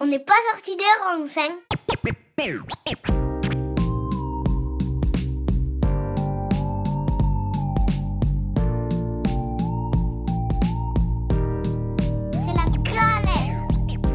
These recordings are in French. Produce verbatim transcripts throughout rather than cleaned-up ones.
On n'est pas sorti des renseignes. C'est la galère.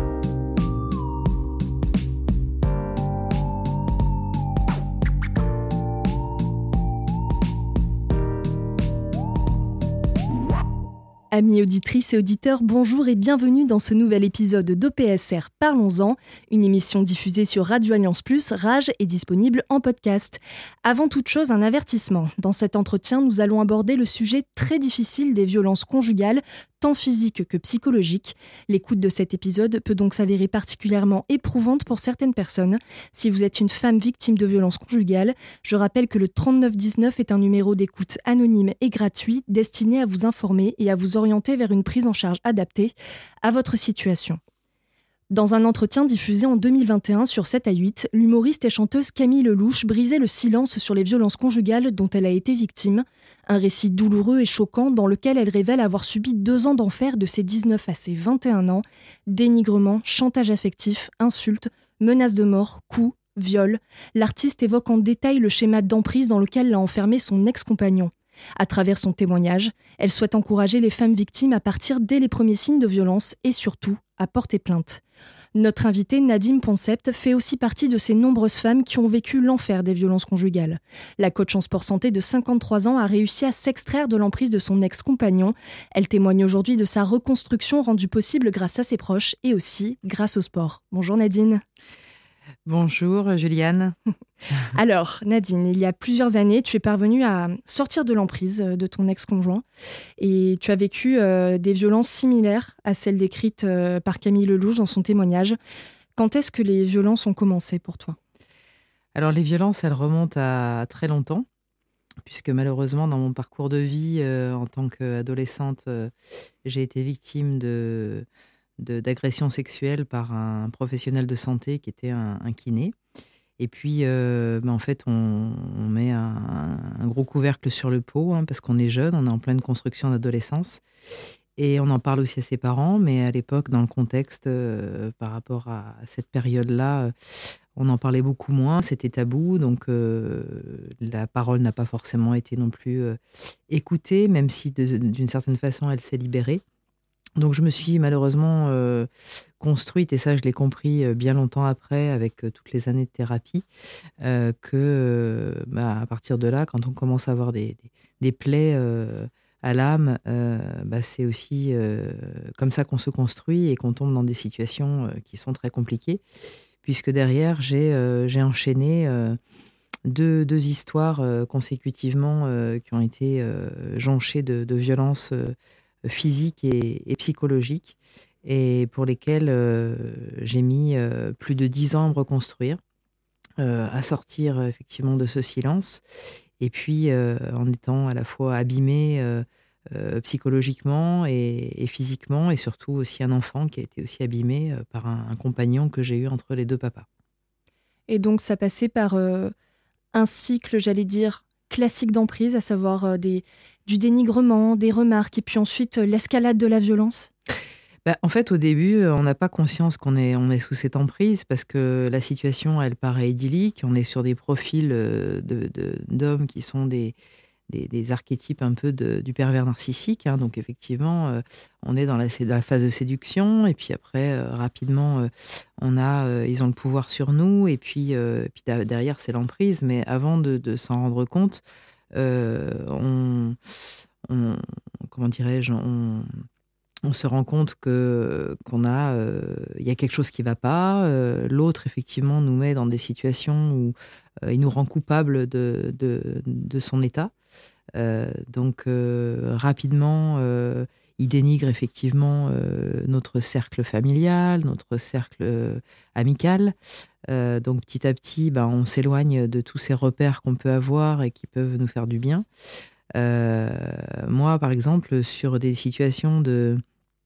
Amis auditrices et auditeurs, bonjour et bienvenue dans ce nouvel épisode d'O P S R Parlons-en, une émission diffusée sur Radio Alliance Plus, Rage et disponible en podcast. Avant toute chose, un avertissement. Dans cet entretien, nous allons aborder le sujet très difficile des violences conjugales, tant physiques que psychologiques. L'écoute de cet épisode peut donc s'avérer particulièrement éprouvante pour certaines personnes. Si vous êtes une femme victime de violences conjugales, je rappelle que le trente-neuf dix-neuf est un numéro d'écoute anonyme et gratuit destiné à vous informer et à vous orienter vers une prise en charge adaptée à votre situation. Dans un entretien diffusé en deux mille vingt et un sur sept à huit, l'humoriste et chanteuse Camille Lelouch brisait le silence sur les violences conjugales dont elle a été victime. Un récit douloureux et choquant dans lequel elle révèle avoir subi deux ans d'enfer de ses dix-neuf à ses vingt et un ans. Dénigrement, chantage affectif, insultes, menaces de mort, coups, viols. L'artiste évoque en détail le schéma d'emprise dans lequel l'a enfermé son ex-compagnon. À travers son témoignage, elle souhaite encourager les femmes victimes à partir dès les premiers signes de violence et surtout à porter plainte. Notre invitée Nadine Poncept fait aussi partie de ces nombreuses femmes qui ont vécu l'enfer des violences conjugales. La coach en sport santé de cinquante-trois ans a réussi à s'extraire de l'emprise de son ex-compagnon. Elle témoigne aujourd'hui de sa reconstruction rendue possible grâce à ses proches et aussi grâce au sport. Bonjour Nadine. Bonjour Juliane. Alors Nadine, il y a plusieurs années, tu es parvenue à sortir de l'emprise de ton ex-conjoint et tu as vécu euh, des violences similaires à celles décrites euh, par Camille Lelouch dans son témoignage. Quand est-ce que les violences ont commencé pour toi ? Alors les violences, elles remontent à très longtemps, puisque malheureusement dans mon parcours de vie euh, en tant qu'adolescente, euh, j'ai été victime de... De, d'agression sexuelle par un professionnel de santé qui était un, un kiné. Et puis, euh, ben en fait, on, on met un, un gros couvercle sur le pot, hein, parce qu'on est jeune, on est en pleine construction d'adolescence. Et on en parle aussi à ses parents, mais à l'époque, dans le contexte, euh, par rapport à cette période-là, euh, on en parlait beaucoup moins, c'était tabou, donc euh, la parole n'a pas forcément été non plus euh, écoutée, même si de, d'une certaine façon, elle s'est libérée. Donc je me suis malheureusement euh, construite, et ça je l'ai compris euh, bien longtemps après avec euh, toutes les années de thérapie, euh, que euh, bah, à partir de là, quand on commence à avoir des, des, des plaies euh, à l'âme, euh, bah, c'est aussi euh, comme ça qu'on se construit et qu'on tombe dans des situations euh, qui sont très compliquées, puisque derrière j'ai, euh, j'ai enchaîné euh, deux, deux histoires euh, consécutivement euh, qui ont été euh, jonchées de, de violences euh, physique et, et psychologique, et pour lesquels euh, j'ai mis euh, plus de dix ans à me reconstruire, euh, à sortir euh, effectivement de ce silence, et puis euh, en étant à la fois abîmée euh, euh, psychologiquement et, et physiquement, et surtout aussi un enfant qui a été aussi abîmé euh, par un, un compagnon que j'ai eu entre les deux papas. Et donc ça passait par euh, un cycle, j'allais dire, classique d'emprise, à savoir euh, des, du dénigrement, des remarques, et puis ensuite euh, l'escalade de la violence ? Bah, en fait, au début, on n'a pas conscience qu'on est, on est sous cette emprise, parce que la situation, elle paraît idyllique. On est sur des profils de, de, d'hommes qui sont des, des, des archétypes un peu de, du pervers narcissique, hein. Donc effectivement, euh, on est dans la, dans la phase de séduction, et puis après, euh, rapidement, euh, on a, euh, ils ont le pouvoir sur nous, et puis, euh, puis derrière, c'est l'emprise. Mais avant de, de s'en rendre compte, euh, on, on, comment dirais-je, on, on se rend compte que qu'on a, euh, il y a quelque chose qui va pas. Euh, l'autre, effectivement, nous met dans des situations où euh, il nous rend coupable de, de, de son état. Euh, donc, euh, rapidement, euh, il dénigre effectivement euh, notre cercle familial, notre cercle euh, amical. Euh, donc, petit à petit, ben, on s'éloigne de tous ces repères qu'on peut avoir et qui peuvent nous faire du bien. Euh, moi, par exemple, sur des situations de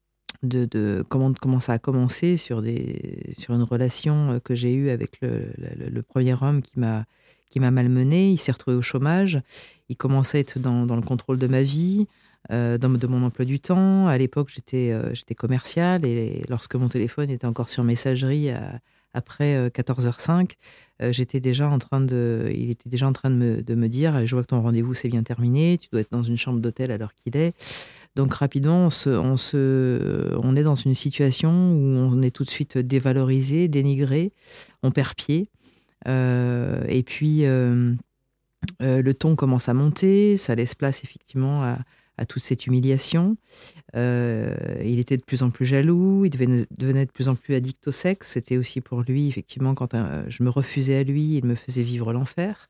De, de comment, comment ça a commencé sur, des, sur une relation que j'ai eue avec le, le, le premier homme qui m'a, qui m'a malmenée. Il s'est retrouvé au chômage, il commençait à être dans, dans le contrôle de ma vie, euh, dans, de mon emploi du temps. À l'époque, j'étais, euh, j'étais commerciale et lorsque mon téléphone était encore sur messagerie à, après euh, quatorze heures cinq, euh, j'étais déjà en train de, il était déjà en train de me, de me dire, je vois que ton rendez-vous s'est bien terminé, tu dois être dans une chambre d'hôtel à l'heure qu'il est. Donc rapidement, on, se, on, se, on est dans une situation où on est tout de suite dévalorisé, dénigré, on perd pied. Euh, et puis, euh, euh, le ton commence à monter, ça laisse place effectivement à, à toute cette humiliation. Euh, il était de plus en plus jaloux, il devenait, devenait de plus en plus addict au sexe. C'était aussi pour lui, effectivement, quand euh, je me refusais à lui, il me faisait vivre l'enfer.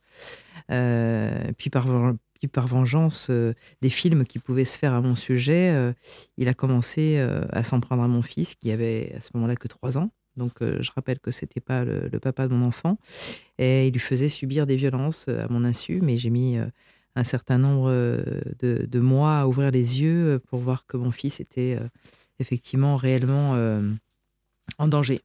Euh, puis par Puis par vengeance euh, des films qui pouvaient se faire à mon sujet, euh, il a commencé euh, à s'en prendre à mon fils, qui avait à ce moment-là que trois ans. Donc euh, je rappelle que c'était pas le, le papa de mon enfant. Et il lui faisait subir des violences euh, à mon insu, mais j'ai mis euh, un certain nombre euh, de, de mois à ouvrir les yeux pour voir que mon fils était euh, effectivement réellement euh, en danger.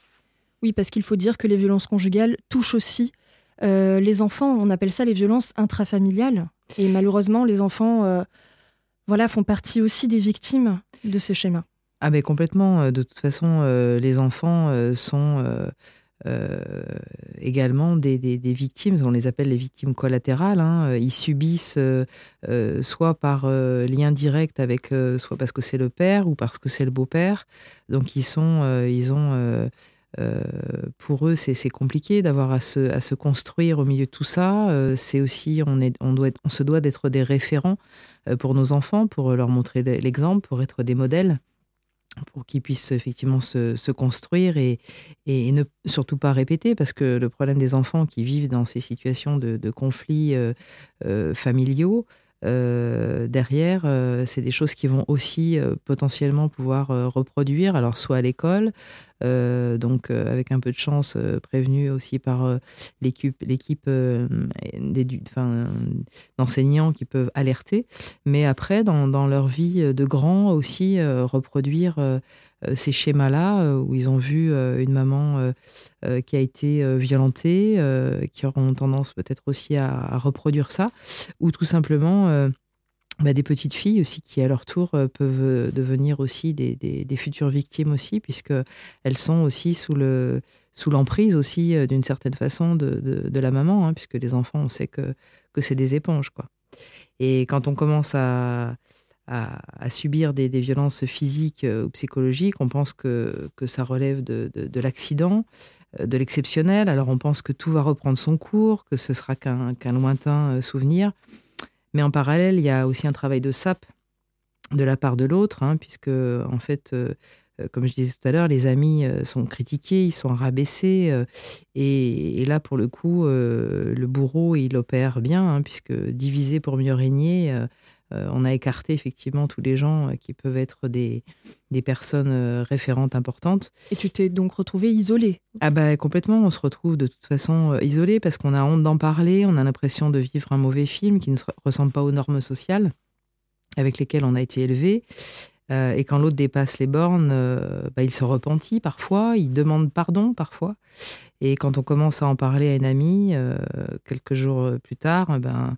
Oui, parce qu'il faut dire que les violences conjugales touchent aussi euh, les enfants. On appelle ça les violences intrafamiliales. Et malheureusement, les enfants euh, voilà, font partie aussi des victimes de ce schéma. Ah mais complètement. De toute façon, euh, les enfants euh, sont euh, euh, également des, des, des victimes. On les appelle les victimes collatérales. Hein. Ils subissent euh, euh, soit par euh, lien direct avec, euh, soit parce que c'est le père ou parce que c'est le beau-père. Donc ils sont, euh, ils ont, euh, euh, pour eux, c'est, c'est compliqué d'avoir à se, à se construire au milieu de tout ça. Euh, c'est aussi, on est, on doit être, on se doit d'être des référents euh, pour nos enfants, pour leur montrer l'exemple, pour être des modèles, pour qu'ils puissent effectivement se, se construire et, et ne surtout pas répéter, parce que le problème des enfants qui vivent dans ces situations de, de conflits euh, euh, familiaux, euh, derrière, euh, c'est des choses qui vont aussi euh, potentiellement pouvoir euh, reproduire, alors soit à l'école, euh, donc euh, avec un peu de chance, euh, prévenue aussi par euh, l'équipe, l'équipe euh, enfin, d'enseignants qui peuvent alerter, mais après, dans, dans leur vie de grands aussi, euh, reproduire euh, ces schémas-là, euh, où ils ont vu euh, une maman euh, euh, qui a été euh, violentée, euh, qui auront tendance peut-être aussi à, à reproduire ça, ou tout simplement euh, bah, des petites filles aussi qui, à leur tour, euh, peuvent devenir aussi des, des, des futures victimes aussi, puisqu'elles sont aussi sous, le, sous l'emprise aussi, euh, d'une certaine façon, de, de, de la maman, hein, puisque les enfants, on sait que, que c'est des éponges, quoi. Et quand on commence à... À, à subir des, des violences physiques ou psychologiques, on pense que, que ça relève de, de, de l'accident, de l'exceptionnel. Alors on pense que tout va reprendre son cours, que ce sera qu'un, qu'un lointain souvenir. Mais en parallèle, il y a aussi un travail de sape de la part de l'autre, hein, puisque en fait, euh, comme je disais tout à l'heure, les amis sont critiqués, ils sont rabaissés. Euh, et, et là, pour le coup, euh, le bourreau, il opère bien, hein, puisque diviser pour mieux régner... Euh, Euh, on a écarté effectivement tous les gens euh, qui peuvent être des, des personnes euh, référentes importantes. Et tu t'es donc retrouvée isolée? Ah bah complètement, on se retrouve de toute façon euh, isolé parce qu'on a honte d'en parler, on a l'impression de vivre un mauvais film qui ne se ressemble pas aux normes sociales avec lesquelles on a été élevé. Euh, et quand l'autre dépasse les bornes, euh, bah, il se repentit parfois, il demande pardon parfois. Et quand on commence à en parler à une amie, euh, quelques jours plus tard, ben...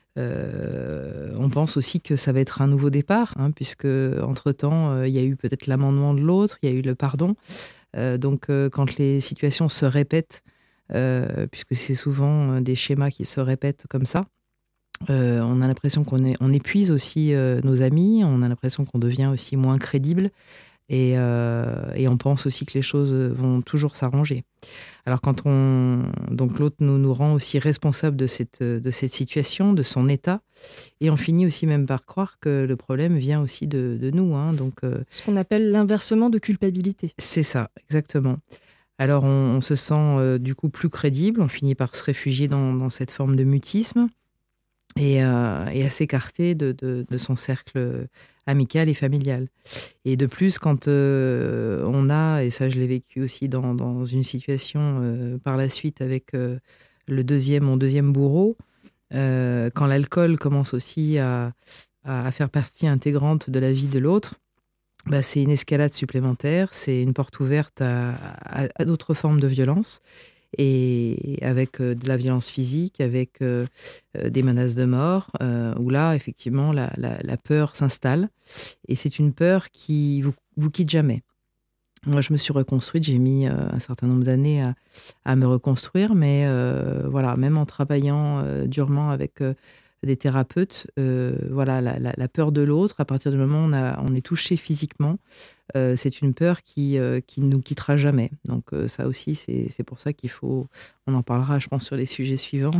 Euh, on pense aussi que ça va être un nouveau départ, hein, puisque entre-temps, euh, il y a eu peut-être l'amendement de l'autre, il y a eu le pardon. Euh, donc, euh, quand les situations se répètent, euh, puisque c'est souvent des schémas qui se répètent comme ça, euh, on a l'impression qu'on est, on épuise aussi euh, nos amis, on a l'impression qu'on devient aussi moins crédible. Et, euh, et on pense aussi que les choses vont toujours s'arranger. Alors quand on... Donc l'autre nous, nous rend aussi responsables de cette, de cette situation, de son état, et on finit aussi même par croire que le problème vient aussi de, de nous. Hein, donc, euh... Ce qu'on appelle l'inversement de culpabilité. C'est ça, exactement. Alors on, on se sent euh, du coup plus crédible, on finit par se réfugier dans, dans cette forme de mutisme, et, euh, et à s'écarter de, de, de son cercle amical et familial. Et de plus, quand euh, on a, et ça je l'ai vécu aussi dans, dans une situation euh, par la suite avec euh, le deuxième, mon deuxième bourreau, euh, quand l'alcool commence aussi à, à faire partie intégrante de la vie de l'autre, bah, c'est une escalade supplémentaire, c'est une porte ouverte à, à, à d'autres formes de violence. et avec euh, de la violence physique, avec euh, euh, des menaces de mort, euh, où là, effectivement, la, la, la peur s'installe. Et c'est une peur qui vous, vous quitte jamais. Moi, je me suis reconstruite, j'ai mis euh, un certain nombre d'années à, à me reconstruire, mais euh, voilà, même en travaillant euh, durement avec euh, des thérapeutes, euh, voilà, la, la, la peur de l'autre, à partir du moment où on, a, on est touché physiquement, euh, c'est une peur qui euh, qui ne nous quittera jamais. Donc euh, ça aussi, c'est, c'est pour ça qu'il faut, on en parlera, je pense, sur les sujets suivants.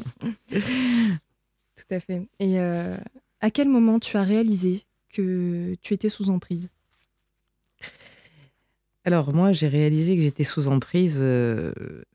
Tout à fait. Et euh, à quel moment tu as réalisé que tu étais sous emprise ? Alors moi, j'ai réalisé que j'étais sous emprise. Euh,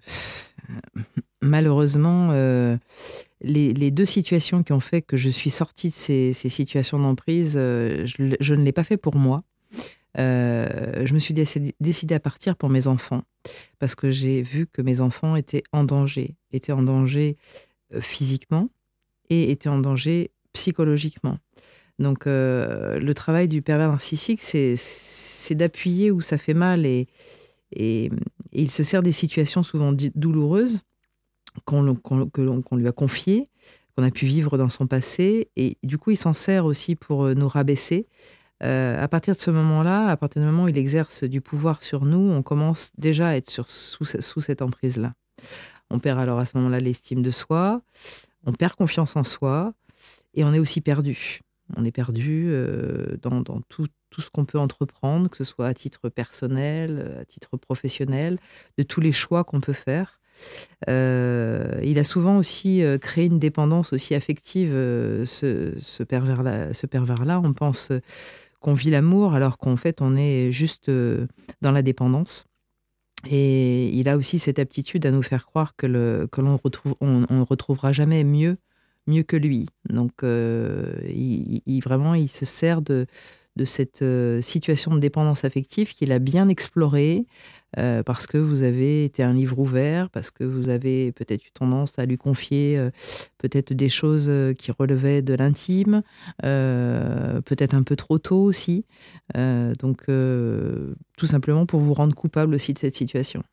malheureusement, euh, les, les deux situations qui ont fait que je suis sortie de ces, ces situations d'emprise, euh, je, je ne l'ai pas fait pour moi. Euh, je me suis décidée, décidée à partir pour mes enfants parce que j'ai vu que mes enfants étaient en danger, étaient en danger euh, physiquement et étaient en danger psychologiquement. Donc, euh, le travail du pervers narcissique, c'est, c'est d'appuyer où ça fait mal et, et, et il se sert des situations souvent douloureuses qu'on, qu'on, que l'on, qu'on lui a confiées, qu'on a pu vivre dans son passé et du coup, il s'en sert aussi pour nous rabaisser. Euh, à partir de ce moment-là, à partir du moment où il exerce du pouvoir sur nous, on commence déjà à être sur, sous, sous cette emprise-là. On perd alors à ce moment-là l'estime de soi, on perd confiance en soi et on est aussi perdu. On est perdu euh, dans, dans tout, tout ce qu'on peut entreprendre, que ce soit à titre personnel, à titre professionnel, de tous les choix qu'on peut faire. Euh, il a souvent aussi euh, créé une dépendance aussi affective, euh, ce, ce, pervers-là, ce pervers-là. On pense qu'on vit l'amour alors qu'en fait, on est juste euh, dans la dépendance. Et il a aussi cette aptitude à nous faire croire que, le, que l'on retrouve, on, on retrouvera jamais mieux mieux que lui. Donc, euh, il, il, vraiment, il se sert de, de cette euh, situation de dépendance affective qu'il a bien explorée euh, parce que vous avez été un livre ouvert, parce que vous avez peut-être eu tendance à lui confier euh, peut-être des choses qui relevaient de l'intime, euh, peut-être un peu trop tôt aussi. Euh, donc, euh, tout simplement pour vous rendre coupable aussi de cette situation.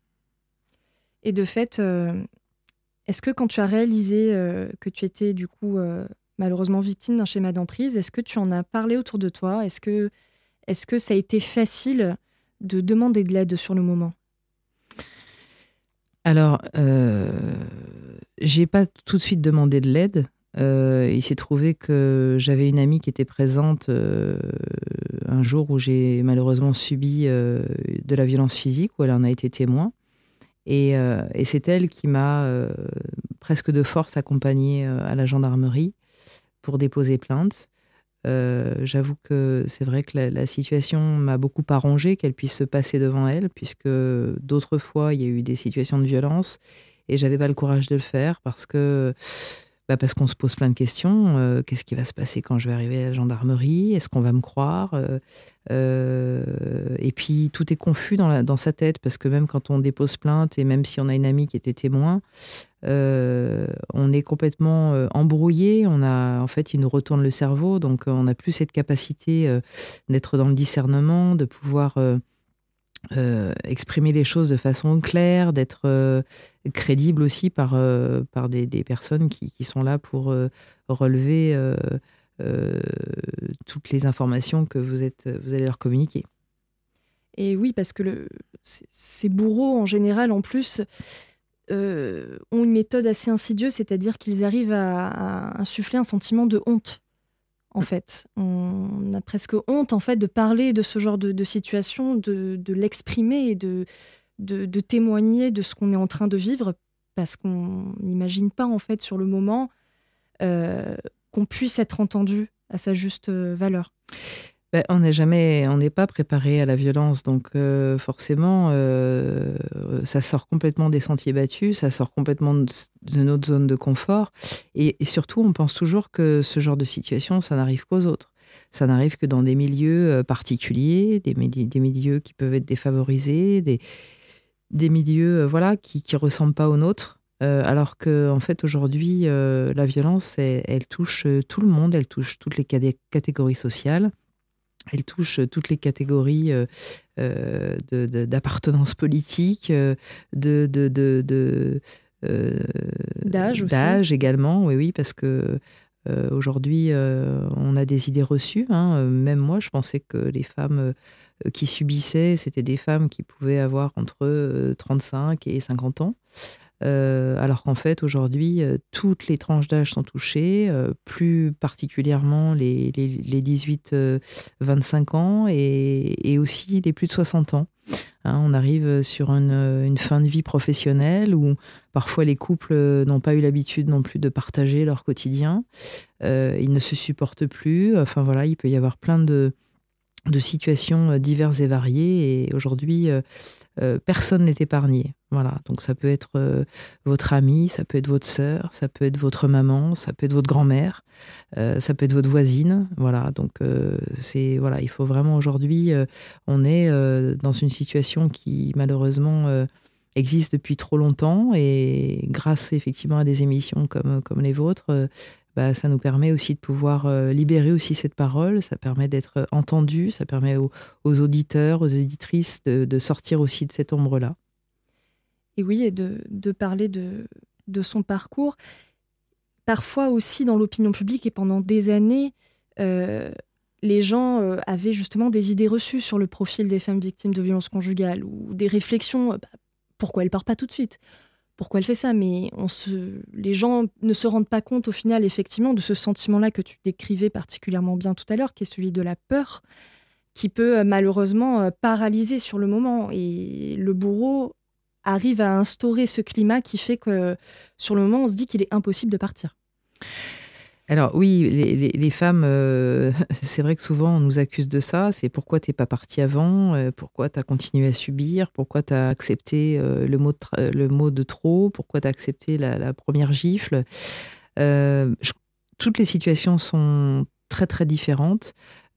Et de fait... Euh... Est-ce que quand tu as réalisé euh, que tu étais du coup euh, malheureusement victime d'un schéma d'emprise, est-ce que tu en as parlé autour de toi ? Est-ce que, est-ce que ça a été facile de demander de l'aide sur le moment ? Alors, euh, j'ai pas tout de suite demandé de l'aide. Euh, il s'est trouvé que j'avais une amie qui était présente euh, un jour où j'ai malheureusement subi euh, de la violence physique, où elle en a été témoin. Et, euh, et c'est elle qui m'a euh, presque de force accompagnée euh, à la gendarmerie pour déposer plainte. Euh, j'avoue que c'est vrai que la, la situation m'a beaucoup arrangée qu'elle puisse se passer devant elle, puisque d'autres fois, il y a eu des situations de violence et j'avais pas le courage de le faire parce que bah parce qu'on se pose plein de questions. Euh, qu'est-ce qui va se passer quand je vais arriver à la gendarmerie ? Est-ce qu'on va me croire ? euh, euh, Et puis, tout est confus dans, la, dans sa tête, parce que même quand on dépose plainte, et même si on a une amie qui était témoin, euh, on est complètement euh, embrouillé. On a, en fait, il nous retourne le cerveau, donc on n'a plus cette capacité euh, d'être dans le discernement, de pouvoir... Euh, Euh, exprimer les choses de façon claire, d'être euh, crédible aussi par, euh, par des, des personnes qui, qui sont là pour euh, relever euh, euh, toutes les informations que vous, êtes, vous allez leur communiquer. Et oui, parce que le, ces bourreaux, en général, en plus, euh, ont une méthode assez insidieuse, c'est-à-dire qu'ils arrivent à, à insuffler un sentiment de honte. En fait, on a presque honte en fait de parler de ce genre de, de situation, de, de l'exprimer et de, de, de témoigner de ce qu'on est en train de vivre, parce qu'on n'imagine pas en fait sur le moment euh, qu'on puisse être entendu à sa juste valeur. Ben, on n'est jamais, on n'est pas préparé à la violence, donc euh, forcément, euh, ça sort complètement des sentiers battus, ça sort complètement de, de notre zone de confort, et, et surtout, on pense toujours que ce genre de situation, ça n'arrive qu'aux autres. Ça n'arrive que dans des milieux particuliers, des, des milieux qui peuvent être défavorisés, des, des milieux, euh, voilà, qui qui ressemblent pas aux nôtres. Euh, alors que, en fait, aujourd'hui, euh, la violence, elle, elle touche tout le monde, elle touche toutes les catégories sociales. Elle touche toutes les catégories euh, euh, de, de, d'appartenance politique, euh, de, de, de, de euh, d'âge aussi. D'âge également, oui, oui, parce que euh, aujourd'hui, euh, on a des idées reçues. Hein. Même moi, je pensais que les femmes euh, qui subissaient, c'était des femmes qui pouvaient avoir entre euh, trente-cinq et cinquante ans. Euh, alors qu'en fait, aujourd'hui, euh, toutes les tranches d'âge sont touchées, euh, plus particulièrement les, les, les dix-huit vingt-cinq ans et, et aussi les plus de soixante ans. Hein, on arrive sur une, une fin de vie professionnelle où parfois les couples n'ont pas eu l'habitude non plus de partager leur quotidien. Euh, ils ne se supportent plus. Enfin voilà, il peut y avoir plein de, de situations diverses et variées. Et aujourd'hui, euh, euh, personne n'est épargné. Voilà, donc ça peut être euh, votre ami, ça peut être votre sœur, ça peut être votre maman, ça peut être votre grand-mère, euh, ça peut être votre voisine. Voilà, donc euh, c'est voilà, il faut vraiment aujourd'hui, euh, on est euh, dans une situation qui malheureusement euh, existe depuis trop longtemps et grâce effectivement à des émissions comme comme les vôtres, euh, bah, ça nous permet aussi de pouvoir euh, libérer aussi cette parole. Ça permet d'être entendu, ça permet aux, aux auditeurs, aux éditrices de, de sortir aussi de cette ombre-là. Et oui, et de, de parler de, de son parcours. Parfois aussi dans l'opinion publique et pendant des années, euh, les gens euh, avaient justement des idées reçues sur le profil des femmes victimes de violences conjugales ou des réflexions. Euh, bah, pourquoi elle part pas tout de suite ? Pourquoi elle fait ça ? Mais on se... les gens ne se rendent pas compte au final effectivement de ce sentiment-là que tu décrivais particulièrement bien tout à l'heure, qui est celui de la peur, qui peut euh, malheureusement euh, paralyser sur le moment. Et le bourreau arrive à instaurer ce climat qui fait que, sur le moment, on se dit qu'il est impossible de partir. Alors oui, les, les, les femmes, euh, c'est vrai que souvent on nous accuse de ça, c'est pourquoi t'es pas partie avant, euh, pourquoi t'as continué à subir, pourquoi t'as accepté euh, le, mot de tra- le mot de trop, pourquoi t'as accepté la, la première gifle. Euh, je, toutes les situations sont très très différentes.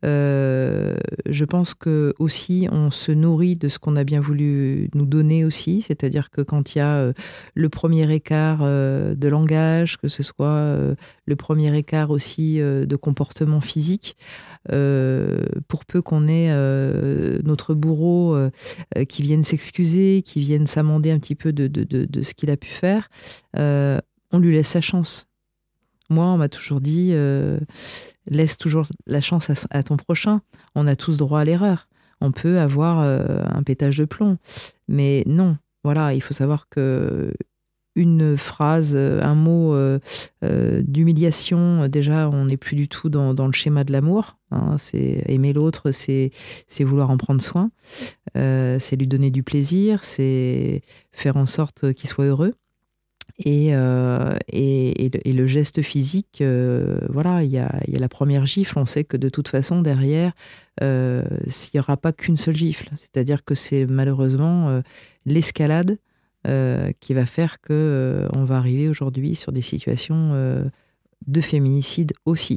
Euh, je pense que aussi on se nourrit de ce qu'on a bien voulu nous donner aussi, c'est-à-dire que quand il y a euh, le premier écart euh, de langage, que ce soit euh, le premier écart aussi euh, de comportement physique, euh, pour peu qu'on ait euh, notre bourreau euh, qui vienne s'excuser, qui vienne s'amender un petit peu de, de, de, de ce qu'il a pu faire, euh, on lui laisse sa chance. Moi, on m'a toujours dit, euh, laisse toujours la chance à, à ton prochain. On a tous droit à l'erreur. On peut avoir euh, un pétage de plomb. Mais non, voilà, il faut savoir que une phrase, un mot euh, euh, d'humiliation, déjà, on n'est plus du tout dans, dans le schéma de l'amour. Hein, c'est aimer l'autre, c'est, c'est vouloir en prendre soin. Euh, c'est lui donner du plaisir, c'est faire en sorte qu'il soit heureux. Et, euh, et, et, le, et le geste physique, euh, voilà, il y a, y a la première gifle. On sait que de toute façon, derrière, euh, il n'y aura pas qu'une seule gifle. C'est-à-dire que c'est malheureusement euh, l'escalade euh, qui va faire qu'on euh, va arriver aujourd'hui sur des situations euh, de féminicide aussi.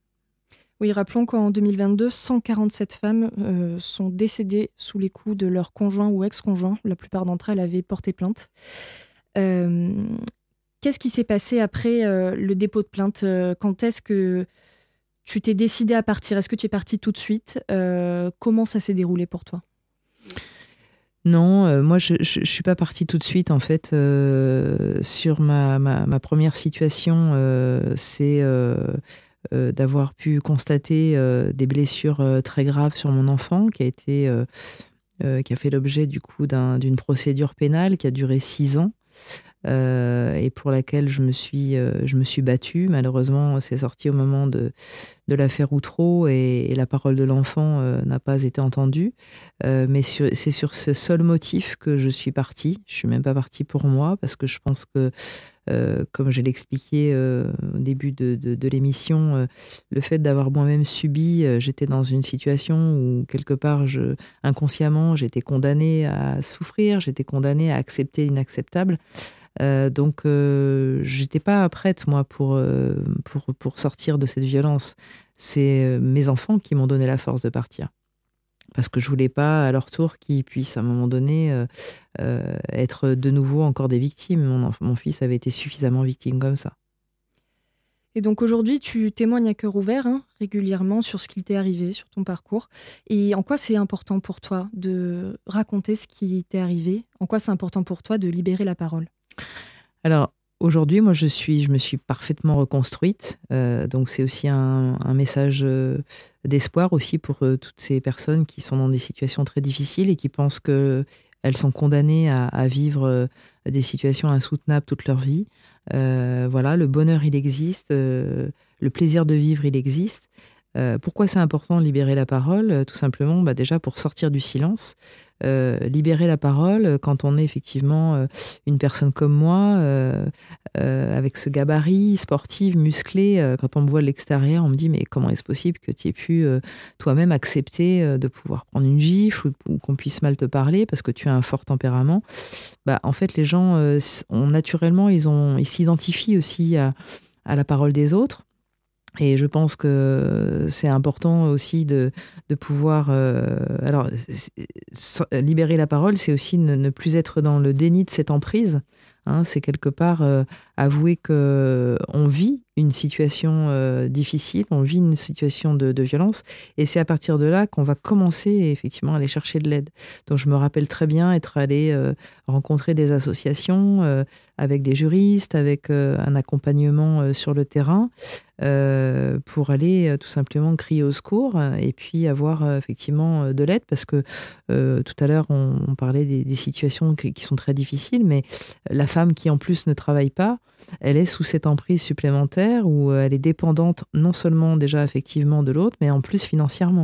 Oui, rappelons qu'en deux mille vingt-deux, cent quarante-sept femmes euh, sont décédées sous les coups de leur conjoint ou ex-conjoint. La plupart d'entre elles avaient porté plainte. Euh, qu'est-ce qui s'est passé après euh, le dépôt de plainte ? euh, Quand est-ce que tu t'es décidé à partir ? Est-ce que tu es partie tout de suite ? euh, Comment ça s'est déroulé pour toi ? Non, euh, moi je, je, je suis pas partie tout de suite en fait. Euh, sur ma, ma, ma première situation, euh, c'est euh, euh, d'avoir pu constater euh, des blessures euh, très graves sur mon enfant qui a été, euh, euh, qui a fait l'objet du coup d'un, d'une procédure pénale qui a duré six ans. Euh, et pour laquelle je me suis, euh, je me suis battue. Malheureusement, c'est sorti au moment de, de l'affaire Outreau et, et la parole de l'enfant euh, n'a pas été entendue. Euh, mais sur, c'est sur ce seul motif que je suis partie. Je suis même pas partie pour moi parce que je pense que, euh, comme je l'ai expliqué euh, au début de, de, de l'émission, euh, le fait d'avoir moi-même subi, euh, j'étais dans une situation où quelque part, je, inconsciemment, j'étais condamnée à souffrir, j'étais condamnée à accepter l'inacceptable. Euh, donc, euh, j'étais pas prête, moi, pour, euh, pour, pour sortir de cette violence. C'est euh, mes enfants qui m'ont donné la force de partir. Parce que je voulais pas, à leur tour, qu'ils puissent, à un moment donné, euh, euh, être de nouveau encore des victimes. Mon, mon fils avait été suffisamment victime comme ça. Et donc aujourd'hui, tu témoignes à cœur ouvert hein, régulièrement sur ce qui t'est arrivé, sur ton parcours. Et en quoi c'est important pour toi de raconter ce qui t'est arrivé ? En quoi c'est important pour toi de libérer la parole ? Alors, aujourd'hui, moi, je, suis, je me suis parfaitement reconstruite. Euh, donc, c'est aussi un, un message euh, d'espoir aussi pour euh, toutes ces personnes qui sont dans des situations très difficiles et qui pensent qu'elles sont condamnées à, à vivre euh, des situations insoutenables toute leur vie. Euh, voilà, le bonheur, il existe. Euh, le plaisir de vivre, il existe. Euh, pourquoi c'est important de libérer la parole ? euh, Tout simplement, bah, déjà pour sortir du silence. Euh, libérer la parole quand on est effectivement euh, une personne comme moi, euh, euh, avec ce gabarit, sportive, musclée. Euh, quand on me voit de l'extérieur, on me dit mais comment est-ce possible que tu aies pu euh, toi-même accepter euh, de pouvoir prendre une gifle ou, ou qu'on puisse mal te parler parce que tu as un fort tempérament. Bah, en fait, les gens, euh, ont, naturellement, ils, ont, ils s'identifient aussi à, à la parole des autres. Et je pense que c'est important aussi de, de pouvoir... Euh, alors, libérer la parole, c'est aussi ne, ne plus être dans le déni de cette emprise. Hein, c'est quelque part euh, avouer qu'on vit une situation euh, difficile, on vit une situation de, de violence. Et c'est à partir de là qu'on va commencer effectivement à aller chercher de l'aide. Donc, je me rappelle très bien être allée euh, rencontrer des associations euh, avec des juristes, avec euh, un accompagnement euh, sur le terrain. Euh, pour aller euh, tout simplement crier au secours euh, et puis avoir euh, effectivement euh, de l'aide parce que euh, tout à l'heure on, on parlait des, des situations qui, qui sont très difficiles, mais la femme qui en plus ne travaille pas, elle est sous cette emprise supplémentaire où elle est dépendante non seulement déjà effectivement de l'autre, mais en plus financièrement.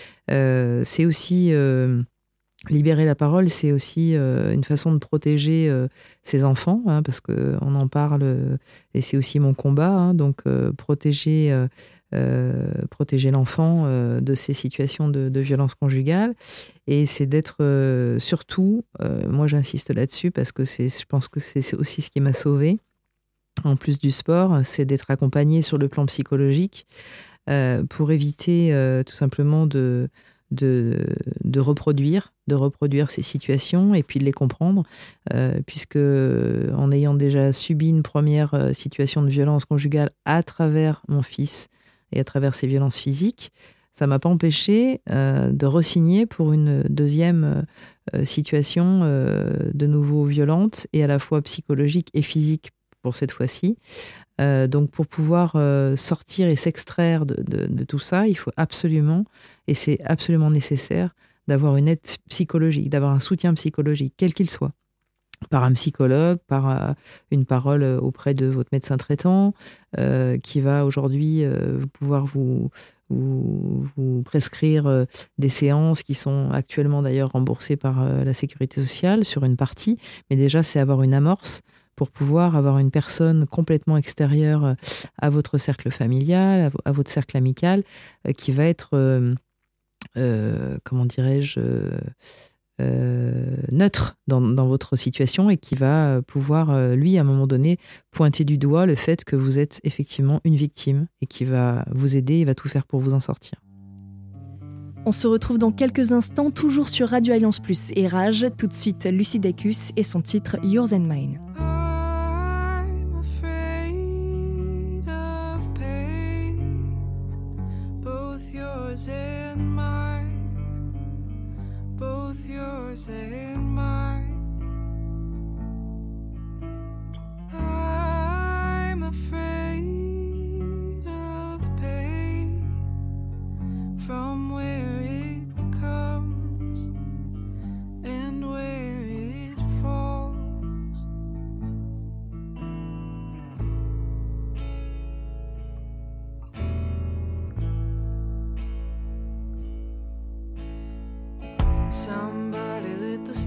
Euh, c'est aussi... Euh, Libérer la parole, c'est aussi euh, une façon de protéger euh, ses enfants, hein, parce qu'on en parle, euh, et c'est aussi mon combat, hein, donc euh, protéger, euh, euh, protéger l'enfant euh, de ces situations de, de violence conjugale. Et c'est d'être euh, surtout, euh, moi j'insiste là-dessus, parce que c'est, je pense que c'est, c'est aussi ce qui m'a sauvée, en plus du sport, c'est d'être accompagnée sur le plan psychologique euh, pour éviter euh, tout simplement de... De, de reproduire, de reproduire ces situations et puis de les comprendre, euh, puisque en ayant déjà subi une première euh, situation de violence conjugale à travers mon fils et à travers ses violences physiques, ça m'a pas empêché euh, de re-signer pour une deuxième euh, situation euh, de nouveau violente et à la fois psychologique et physique pour cette fois-ci. Euh, donc pour pouvoir euh, sortir et s'extraire de, de, de tout ça, il faut absolument, et c'est absolument nécessaire, d'avoir une aide psychologique, d'avoir un soutien psychologique, quel qu'il soit. Par un psychologue, par euh, une parole auprès de votre médecin traitant, euh, qui va aujourd'hui euh, pouvoir vous, vous, vous prescrire euh, des séances qui sont actuellement d'ailleurs remboursées par euh, la Sécurité sociale sur une partie, mais déjà c'est avoir une amorce pour pouvoir avoir une personne complètement extérieure à votre cercle familial, à votre cercle amical, qui va être, euh, euh, comment dirais-je, euh, neutre dans, dans votre situation et qui va pouvoir, lui, à un moment donné, pointer du doigt le fait que vous êtes effectivement une victime et qui va vous aider et va tout faire pour vous en sortir. On se retrouve dans quelques instants, toujours sur Radio Alliance Plus et Rage. Tout de suite, Lucy Dacus et son titre Yours and Mine. Yours and mine, both yours and mine. I'm afraid of pain from where it comes and where it falls. Somebody lit the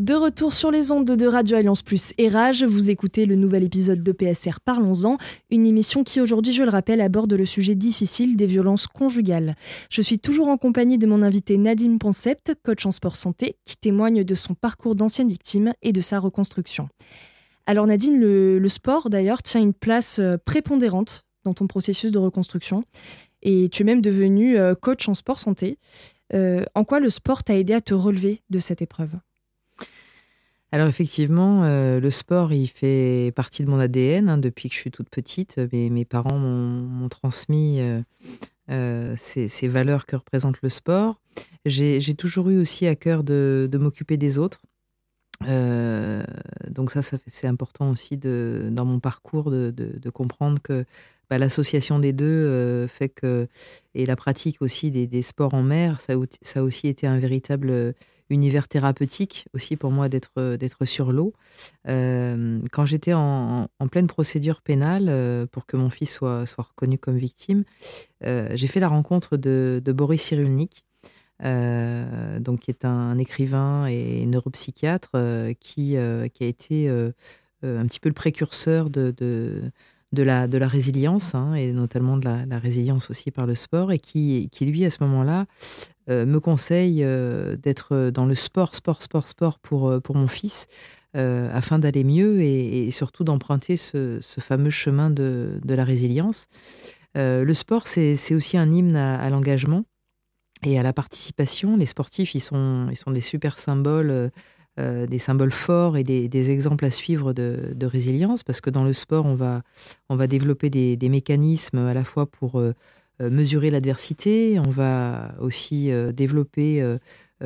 De retour sur les ondes de Radio Alliance Plus et Rage, vous écoutez le nouvel épisode de P S R Parlons-en, une émission qui aujourd'hui, je le rappelle, aborde le sujet difficile des violences conjugales. Je suis toujours en compagnie de mon invité Nadine Poncept, coach en sport santé, qui témoigne de son parcours d'ancienne victime et de sa reconstruction. Alors Nadine, le, le sport d'ailleurs tient une place prépondérante dans ton processus de reconstruction et tu es même devenue coach en sport santé. Euh, en quoi le sport t'a aidé à te relever de cette épreuve ? Alors effectivement, euh, le sport, il fait partie de mon A D N hein, depuis que je suis toute petite. Mes, mes parents m'ont, m'ont transmis euh, euh, ces, ces valeurs que représente le sport. J'ai, j'ai toujours eu aussi à cœur de, de m'occuper des autres. Euh, donc ça, ça fait, c'est important aussi de, dans mon parcours de, de, de comprendre que bah, l'association des deux euh, fait que, et la pratique aussi des, des sports en mer, ça, ça a aussi été un véritable univers thérapeutique aussi pour moi d'être, d'être sur l'eau. Euh, quand j'étais en, en pleine procédure pénale euh, pour que mon fils soit, soit reconnu comme victime, euh, j'ai fait la rencontre de, de Boris Cyrulnik, euh, donc, qui est un, un écrivain et neuropsychiatre euh, qui, euh, qui a été euh, euh, un petit peu le précurseur de, de, de, la, de la résilience, hein, et notamment de la, la résilience aussi par le sport, et qui, qui lui, à ce moment-là, Euh, me conseille euh, d'être dans le sport, sport, sport, sport pour, pour mon fils, euh, afin d'aller mieux et, et surtout d'emprunter ce, ce fameux chemin de, de la résilience. Euh, le sport, c'est, c'est aussi un hymne à, à l'engagement et à la participation. Les sportifs, ils sont, ils sont des super symboles, euh, des symboles forts et des, des exemples à suivre de, de résilience, parce que dans le sport, on va, on va développer des, des mécanismes à la fois pour euh, mesurer l'adversité, on va aussi euh, développer, euh,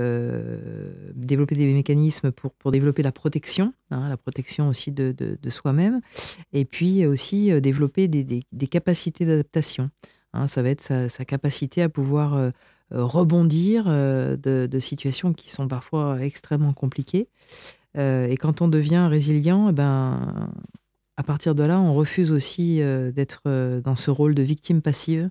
euh, développer des mécanismes pour, pour développer la protection, hein, la protection aussi de, de, de soi-même, et puis aussi euh, développer des, des, des capacités d'adaptation. Hein, ça va être sa, sa capacité à pouvoir euh, rebondir euh, de, de situations qui sont parfois extrêmement compliquées. Euh, et quand on devient résilient, eh ben, à partir de là, on refuse aussi euh, d'être euh, dans ce rôle de victime passive.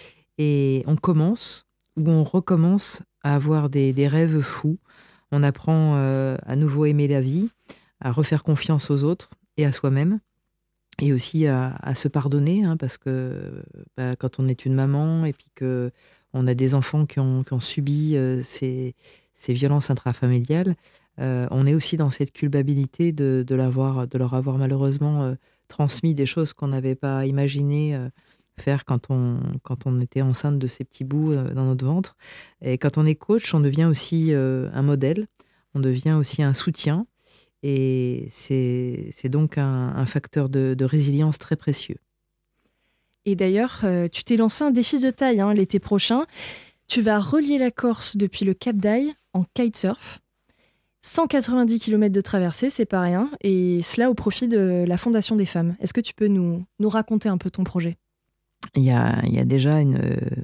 Et on commence, ou on recommence à avoir des, des rêves fous. On apprend euh, à nouveau aimer la vie, à refaire confiance aux autres et à soi-même. Et aussi à, à se pardonner, hein, parce que bah, quand on est une maman et puis qu'on a des enfants qui ont, qui ont subi euh, ces, ces violences intrafamiliales, Euh, on est aussi dans cette culpabilité de, de, l'avoir, de leur avoir malheureusement euh, transmis des choses qu'on n'avait pas imaginé euh, faire quand on, quand on était enceinte de ces petits bouts euh, dans notre ventre. Et quand on est coach, on devient aussi euh, un modèle, on devient aussi un soutien. Et c'est, c'est donc un, un facteur de, de résilience très précieux. Et d'ailleurs, euh, tu t'es lancé un défi de taille hein, l'été prochain. Tu vas relier la Corse depuis le Cap d'Aille en kitesurf. cent quatre-vingt-dix kilomètres de traversée, c'est pas rien, et cela au profit de la Fondation des femmes. Est-ce que tu peux nous, nous raconter un peu ton projet ? Il y a, il y a déjà une,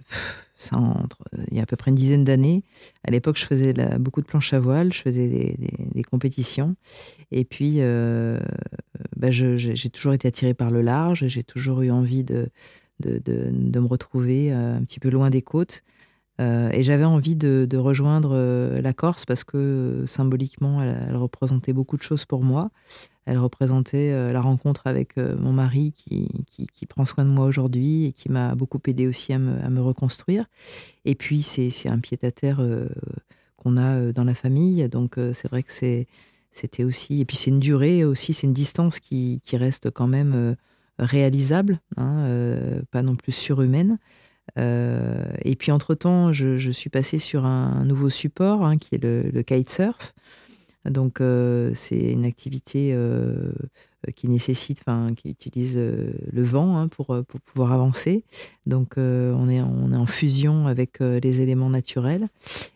ça entre, il y a à peu près une dizaine d'années. À l'époque, je faisais la, beaucoup de planches à voile, je faisais des, des, des compétitions, et puis euh, bah je, j'ai toujours été attirée par le large, j'ai toujours eu envie de, de, de, de me retrouver un petit peu loin des côtes. Euh, et j'avais envie de, de rejoindre euh, la Corse parce que euh, symboliquement, elle, elle représentait beaucoup de choses pour moi. Elle représentait euh, la rencontre avec euh, mon mari qui, qui, qui prend soin de moi aujourd'hui et qui m'a beaucoup aidé aussi à me, à me reconstruire. Et puis, c'est, c'est un pied-à-terre euh, qu'on a euh, dans la famille. Donc, euh, c'est vrai que c'est, c'était aussi... Et puis, c'est une durée aussi, c'est une distance qui, qui reste quand même euh, réalisable, hein, euh, pas non plus surhumaine. Euh, et puis entre-temps, je, je suis passée sur un, un nouveau support hein, qui est le, le kitesurf. Donc euh, c'est une activité euh, qui nécessite, enfin qui utilise euh, le vent hein, pour, pour pouvoir avancer. Donc euh, on, est, on est en fusion avec euh, les éléments naturels.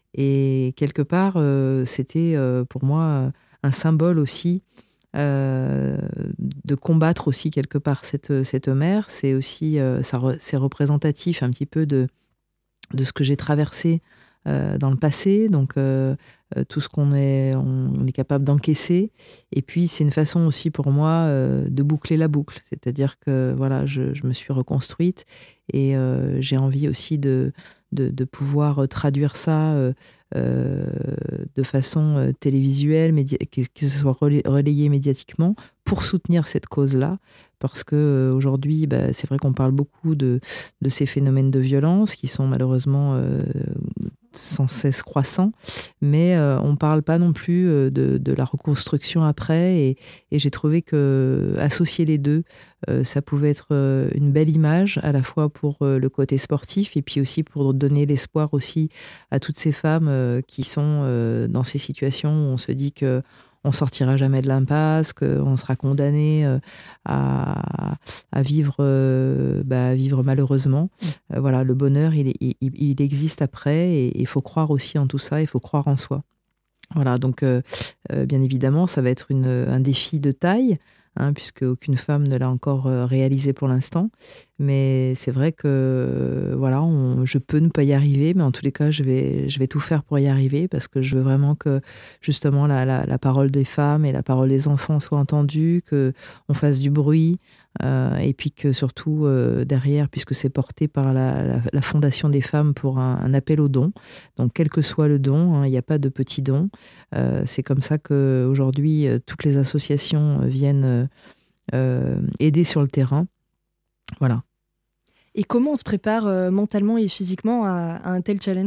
Et quelque part, euh, c'était euh, pour moi un symbole aussi Euh, de combattre aussi quelque part cette, cette mer. C'est aussi euh, ça re, c'est représentatif un petit peu de, de ce que j'ai traversé euh, dans le passé. Donc euh, euh, tout ce qu'on est, on, on est capable d'encaisser. Et puis, c'est une façon aussi pour moi euh, de boucler la boucle. C'est-à-dire que voilà, je, je me suis reconstruite et euh, j'ai envie aussi de, de, de pouvoir traduire ça euh, euh, de façon euh, télévisuelle, médi- que, que ce soit relay- relayé médiatiquement pour soutenir cette cause-là. Parce qu'aujourd'hui, bah, c'est vrai qu'on parle beaucoup de, de ces phénomènes de violence qui sont malheureusement euh, sans cesse croissants, mais euh, on ne parle pas non plus de, de la reconstruction après. Et, et j'ai trouvé qu'associer les deux, euh, ça pouvait être une belle image, à la fois pour euh, le côté sportif et puis aussi pour donner l'espoir aussi à toutes ces femmes euh, qui sont euh, dans ces situations où on se dit que on sortira jamais de l'impasse, qu'on sera condamné euh, à, à, vivre, euh, bah, à vivre malheureusement. Mmh. Euh, voilà, le bonheur, il, il, il existe après et il faut croire aussi en tout ça, il faut croire en soi. Voilà, donc euh, euh, bien évidemment, ça va être une, un défi de taille, hein, puisque aucune femme ne l'a encore réalisé pour l'instant. Mais c'est vrai que voilà, on, je peux ne pas y arriver, mais en tous les cas, je vais, je vais tout faire pour y arriver parce que je veux vraiment que justement la, la, la parole des femmes et la parole des enfants soient entendues, qu'on fasse du bruit. Euh, et puis que surtout euh, derrière, puisque c'est porté par la, la, la Fondation des femmes pour un, un appel aux dons, donc quel que soit le don, hein, il n'y a pas de petits dons. Euh, c'est comme ça qu'aujourd'hui, euh, toutes les associations viennent euh, aider sur le terrain. Voilà. Et comment on se prépare euh, mentalement et physiquement à, à un tel challenge ?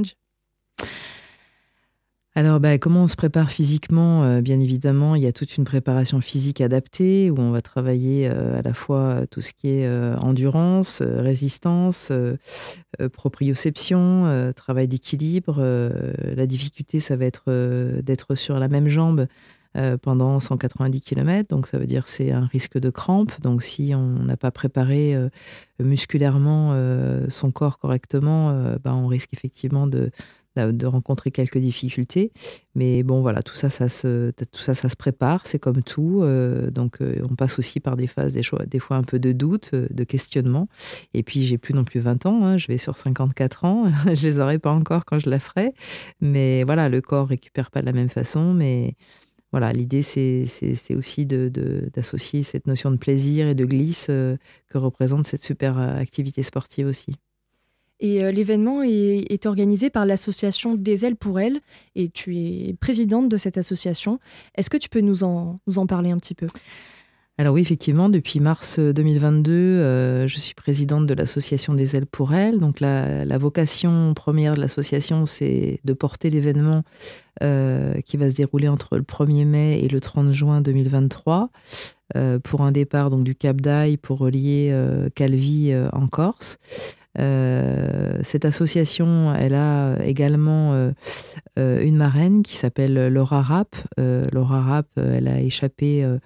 Alors, bah, comment on se prépare physiquement ? euh, Bien évidemment, il y a toute une préparation physique adaptée où on va travailler euh, à la fois tout ce qui est euh, endurance, euh, résistance, euh, euh, proprioception, euh, travail d'équilibre. Euh, la difficulté, ça va être euh, d'être sur la même jambe euh, pendant cent quatre-vingt-dix kilomètres. Donc, ça veut dire que c'est un risque de crampe. Donc, si on n'a pas préparé euh, musculairement euh, son corps correctement, euh, bah, on risque effectivement de de rencontrer quelques difficultés. Mais bon, voilà, tout ça, ça se, tout ça, ça se prépare, c'est comme tout. Euh, donc, euh, on passe aussi par des phases, des, choix, des fois un peu de doute, de questionnement. Et puis, j'ai plus non plus vingt ans, hein, je vais sur cinquante-quatre ans. Je les aurai pas encore quand je la ferai. Mais voilà, le corps récupère pas de la même façon. Mais voilà, l'idée, c'est, c'est, c'est aussi de, de, d'associer cette notion de plaisir et de glisse euh, que représente cette super activité sportive aussi. Et euh, l'événement est, est organisé par l'association Des Ailes pour Elles et tu es présidente de cette association. Est-ce que tu peux nous en, nous en parler un petit peu ? Alors oui, effectivement, depuis mars deux mille vingt-deux, euh, je suis présidente de l'association Des Ailes pour Elles. Donc la, la vocation première de l'association, c'est de porter l'événement euh, qui va se dérouler entre le premier mai et le trente juin deux mille vingt-trois euh, pour un départ donc, du Cap d'Aille pour relier euh, Calvi euh, en Corse. Euh, cette association, elle a également euh, euh, une marraine qui s'appelle Laura Rapp. Euh, Laura Rapp, elle a échappé euh,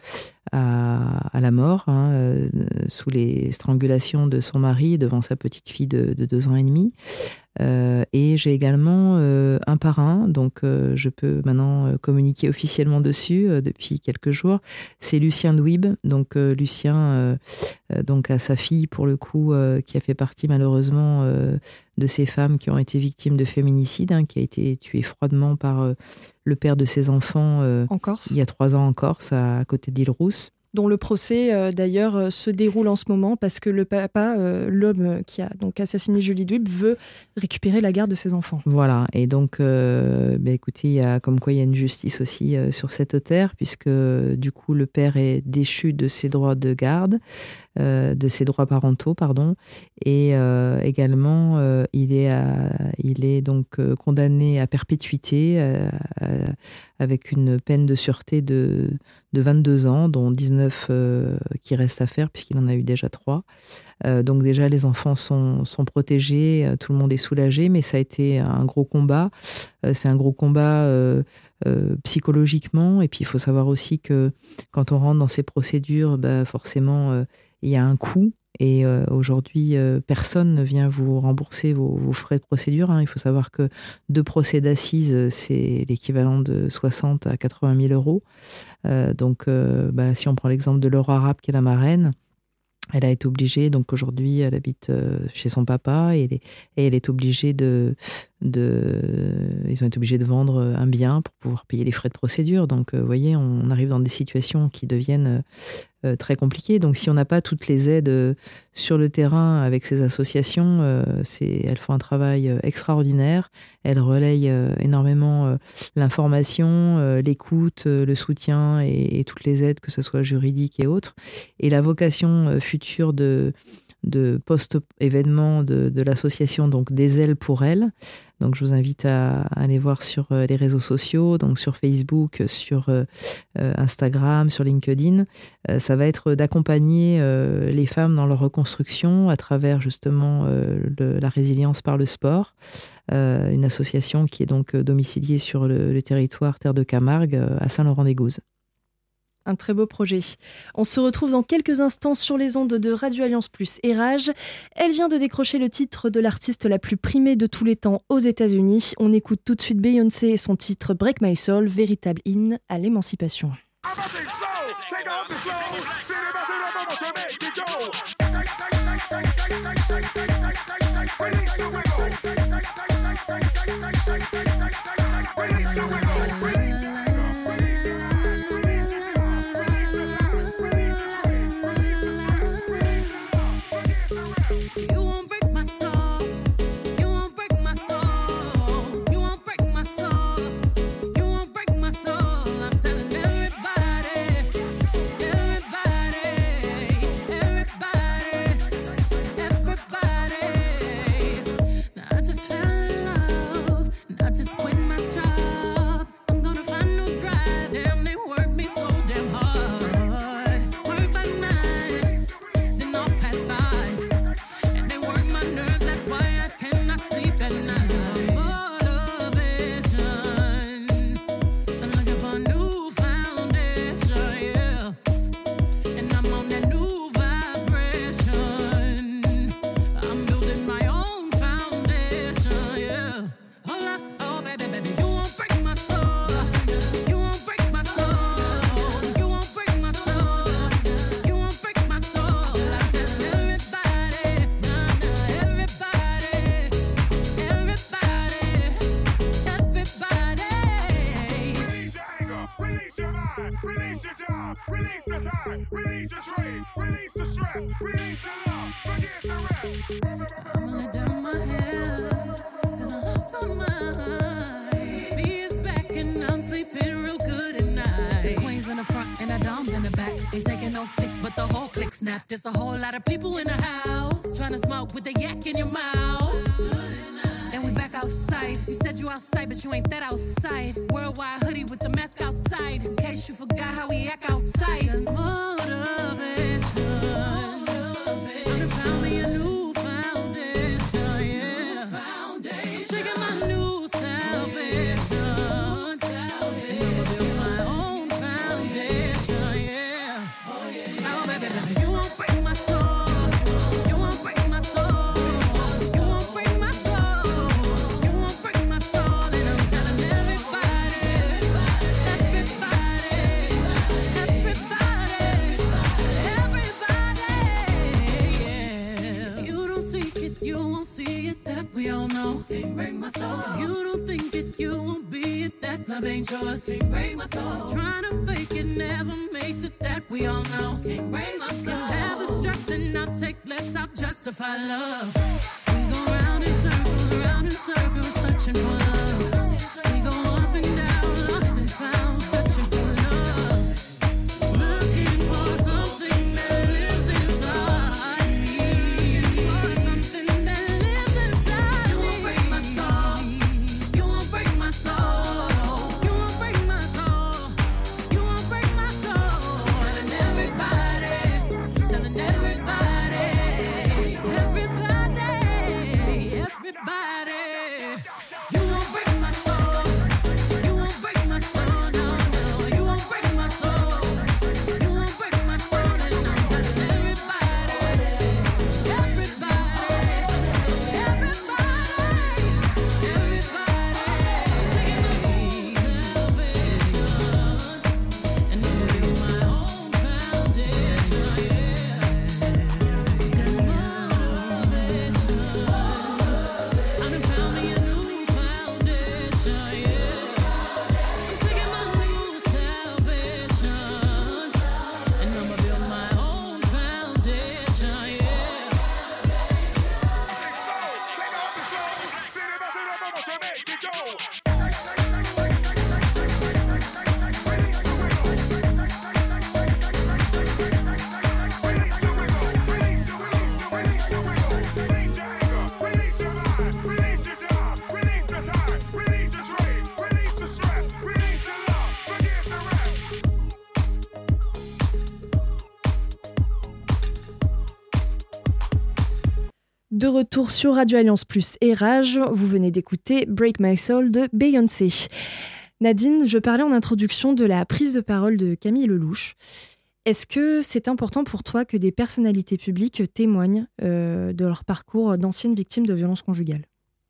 à, à la mort hein, euh, sous les strangulations de son mari devant sa petite fille de, de deux ans et demi. Euh, et j'ai également euh, un parrain, donc euh, je peux maintenant euh, communiquer officiellement dessus euh, depuis quelques jours. C'est Lucien Douib, donc euh, Lucien euh, euh, donc a sa fille pour le coup euh, qui a fait partie malheureusement euh, de ces femmes qui ont été victimes de féminicide, hein, qui a été tuée froidement par euh, le père de ses enfants euh, en Corse. Il y a trois ans en Corse, à, à côté d'Île-Rousse. Dont le procès, euh, d'ailleurs, euh, se déroule en ce moment parce que le papa, euh, l'homme qui a donc assassiné Julie Douib, veut récupérer la garde de ses enfants. Voilà, et donc, euh, bah, écoutez, il y a, comme quoi il y a une justice aussi euh, sur cette terre, puisque du coup, le père est déchu de ses droits de garde, euh, de ses droits parentaux, pardon, et euh, également, euh, il, est à, il est donc euh, condamné à perpétuité euh, euh, avec une peine de sûreté de, de vingt-deux ans, dont dix-neuf euh, qui restent à faire, puisqu'il en a eu déjà trois. Euh, donc déjà, les enfants sont, sont protégés, euh, tout le monde est soulagé, mais ça a été un gros combat. Euh, c'est un gros combat euh, euh, psychologiquement, et puis il faut savoir aussi que quand on rentre dans ces procédures, bah, forcément, euh, il y a un coût. Et euh, aujourd'hui, euh, personne ne vient vous rembourser vos, vos frais de procédure. Hein. Il faut savoir que deux procès d'assises, c'est l'équivalent de soixante à quatre-vingt mille euros. Euh, donc, euh, bah, si on prend l'exemple de Laura Rapp, qui est la marraine, Elle a été obligée, donc aujourd'hui, elle habite euh, chez son papa et elle est, et elle est obligée de, de... Ils ont été obligés de vendre un bien pour pouvoir payer les frais de procédure. Donc, vous euh, voyez, on arrive dans des situations qui deviennent euh, très compliquées. Donc, si on n'a pas toutes les aides euh, sur le terrain avec ces associations, euh, c'est... elles font un travail euh, extraordinaire. Elles relayent euh, énormément euh, l'information, euh, l'écoute, euh, le soutien et, et toutes les aides, que ce soit juridiques et autres. Et la vocation euh, future de, de post-événement de, de l'association, donc des ailes pour elles. Donc je vous invite à, à aller voir sur euh, les réseaux sociaux, donc sur Facebook, sur euh, euh, Instagram, sur LinkedIn. Euh, ça va être d'accompagner euh, les femmes dans leur reconstruction à travers justement euh, le, la résilience par le sport. Euh, une association qui est donc domiciliée sur le, le territoire Terre de Camargue, euh, à Saint-Laurent-des-Gouzes. Un très beau projet. On se retrouve dans quelques instants sur les ondes de Radio Alliance Plus et Rage. Elle vient de décrocher le titre de l'artiste la plus primée de tous les temps aux États-Unis. On écoute tout de suite Beyoncé et son titre Break My Soul, véritable hymne à l'émancipation. Snap. There's a whole lot of people in the house trying to smoke with the yak in your mouth. And we back outside. You said you outside, but you ain't that outside. Worldwide hoodie with the mask outside. In case you forgot how we act outside. Motivation. I'm found me a new foundation. Yeah. Foundation. Shaking my new salvation. And I'ma build my own foundation. Yeah. Oh yeah. Oh baby, baby. You won't break my soul. You won't break my soul. You won't break my soul. You won't break my soul. And I'm telling everybody, everybody, everybody, everybody, yeah. You don't seek it, you won't see it. That we all know. Can't break my soul. If you don't think it, you won't be it. That love ain't yours. Can't break my soul. Trying to fake it never makes it. That we all know. Can't break my soul. Have the stress and I'll take less. I'll justify love. We go round in circles, round in circles, searching for love. We go up and down, lost and found, searching for love. Looking for something that lives inside me. For something that lives inside me. You won't break my soul. You won't break my soul. You won't break my soul. You won't break my soul. Telling everybody, telling everybody, everybody, everybody. You won't break my De retour sur Radio Alliance Plus et Rage, vous venez d'écouter Break My Soul de Beyoncé. Nadine, je parlais en introduction de la prise de parole de Camille Lelouch. Est-ce que c'est important pour toi que des personnalités publiques témoignent euh, de leur parcours d'anciennes victimes de violences conjugales ?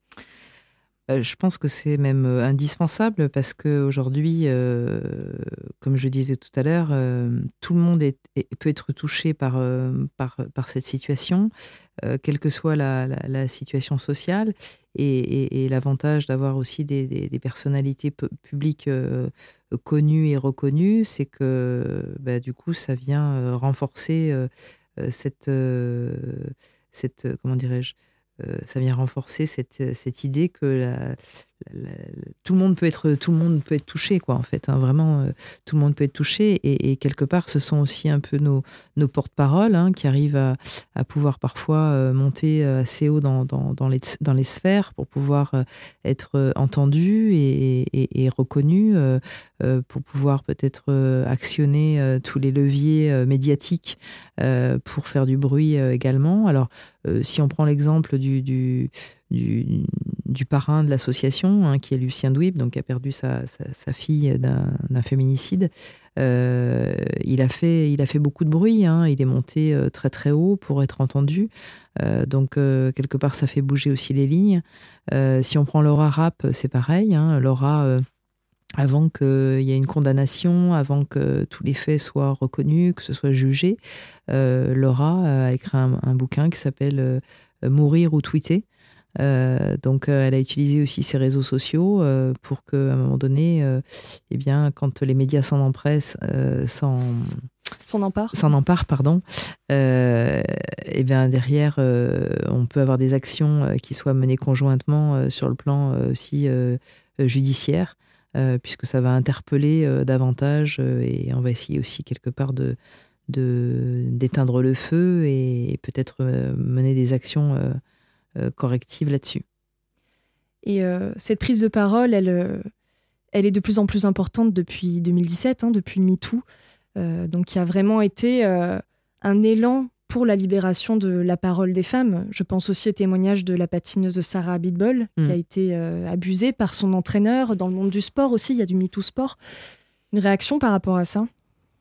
Je pense que c'est même indispensable parce qu'aujourd'hui, euh, comme je disais tout à l'heure, euh, tout le monde est, est, peut être touché par, euh, par, par cette situation, euh, quelle que soit la, la, la situation sociale. Et, et, et l'avantage d'avoir aussi des, des, des personnalités p- publiques euh, connues et reconnues, c'est que bah, du coup, ça vient euh, renforcer euh, cette, euh, cette, comment dirais-je, Euh, ça vient renforcer cette, cette idée que la, la, la, tout le monde peut être tout le monde peut être touché, quoi, en fait, hein, vraiment euh, tout le monde peut être touché et, et quelque part ce sont aussi un peu nos, nos porte-paroles, hein, qui arrivent à, à pouvoir parfois euh, monter assez haut dans, dans, dans, les, dans les sphères pour pouvoir euh, être entendus et, et, et reconnus, euh, euh, pour pouvoir peut-être euh, actionner euh, tous les leviers euh, médiatiques euh, pour faire du bruit euh, également. Alors Euh, si on prend l'exemple du, du, du, du parrain de l'association, hein, qui est Lucien Douib, donc qui a perdu sa, sa, sa fille d'un, d'un féminicide, euh, il, a fait, il a fait beaucoup de bruit, hein, il est monté euh, très très haut pour être entendu, euh, donc euh, quelque part ça fait bouger aussi les lignes. Euh, si on prend Laura Rapp, c'est pareil, hein, Laura... Euh, avant qu'il y ait une condamnation, avant que tous les faits soient reconnus, que ce soit jugé, euh, Laura a écrit un, un bouquin qui s'appelle euh, « Mourir ou tweeter ». Euh, donc, euh, elle a utilisé aussi ses réseaux sociaux euh, pour qu'à un moment donné, euh, eh bien, quand les médias s'en empressent, euh, s'en... S'en empare. S'en empare, pardon. Euh, et bien derrière, euh, on peut avoir des actions euh, qui soient menées conjointement euh, sur le plan euh, aussi euh, judiciaire. Euh, puisque ça va interpeller euh, davantage euh, et on va essayer aussi quelque part de, de, d'éteindre le feu et, et peut-être euh, mener des actions euh, euh, correctives là-dessus. Et euh, cette prise de parole, elle, euh, elle est de plus en plus importante depuis deux mille dix-sept, hein, depuis MeToo, euh, donc il y a vraiment été euh, un élan pour la libération de la parole des femmes. Je pense aussi au témoignage de la patineuse Sarah Abitbol, mmh. qui a été euh, abusée par son entraîneur. Dans le monde du sport aussi, il y a du MeToo Sport. Une réaction par rapport à ça ?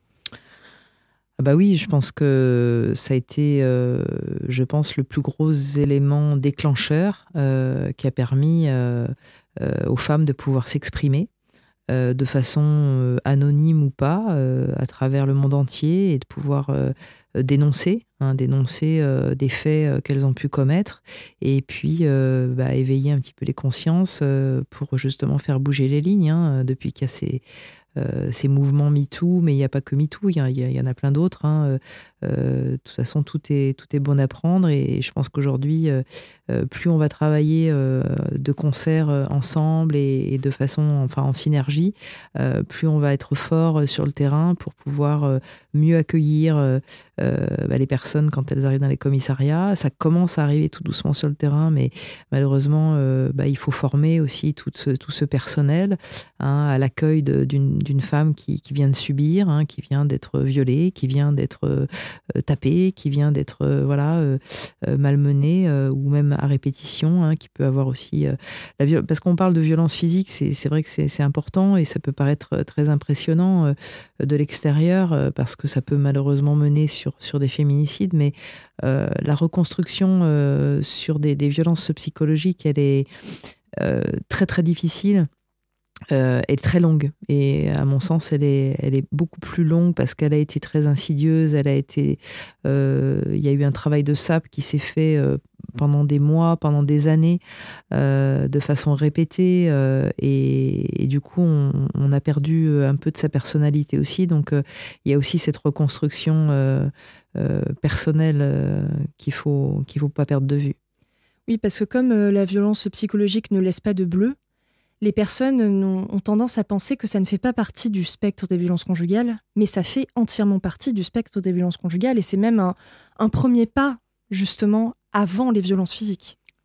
Ah bah oui, je pense que ça a été, euh, je pense, le plus gros élément déclencheur euh, qui a permis euh, euh, aux femmes de pouvoir s'exprimer euh, de façon euh, anonyme ou pas, euh, à travers le monde entier et de pouvoir... Euh, dénoncer, hein, dénoncer euh, des faits euh, qu'elles ont pu commettre et puis euh, bah, éveiller un petit peu les consciences euh, pour justement faire bouger les lignes, hein, depuis qu'il y a ces, euh, ces mouvements MeToo, mais il n'y a pas que MeToo, il y, y, y en a plein d'autres. Hein. Euh, de toute façon, tout est, tout est bon à prendre et je pense qu'aujourd'hui, euh, plus on va travailler euh, de concert euh, ensemble et, et de façon, enfin en synergie, euh, plus on va être fort sur le terrain pour pouvoir euh, mieux accueillir euh, euh, bah, les personnes quand elles arrivent dans les commissariats. Ça commence à arriver tout doucement sur le terrain, mais malheureusement, euh, bah, il faut former aussi tout ce, tout ce personnel, hein, à l'accueil de, d'une, d'une femme qui, qui vient de subir, hein, qui vient d'être violée, qui vient d'être euh, tapée, qui vient d'être euh, voilà, euh, malmenée euh, ou même à répétition, hein, qui peut avoir aussi... Euh, la viol- parce qu'on parle de violence physique, c'est, c'est vrai que c'est, c'est important et ça peut paraître très impressionnant euh, de l'extérieur euh, parce que ça peut malheureusement mener sur, sur des féminicides, mais euh, la reconstruction euh, sur des, des violences psychologiques, elle est euh, très très difficile. Euh, elle est très longue et à mon sens elle est, elle est beaucoup plus longue parce qu'elle a été très insidieuse, elle a été, euh, il y a eu un travail de sape qui s'est fait euh, pendant des mois, pendant des années, euh, de façon répétée euh, et, et du coup on, on a perdu un peu de sa personnalité aussi, donc euh, il y a aussi cette reconstruction euh, euh, personnelle euh, qu'il faut, qu'il faut pas perdre de vue. Oui, parce que comme euh, la violence psychologique ne laisse pas de bleu, les personnes ont, ont tendance à penser que ça ne fait pas partie du spectre des violences conjugales, mais ça fait entièrement partie du spectre des violences conjugales et c'est même un, un premier pas, justement, avant les violences physiques.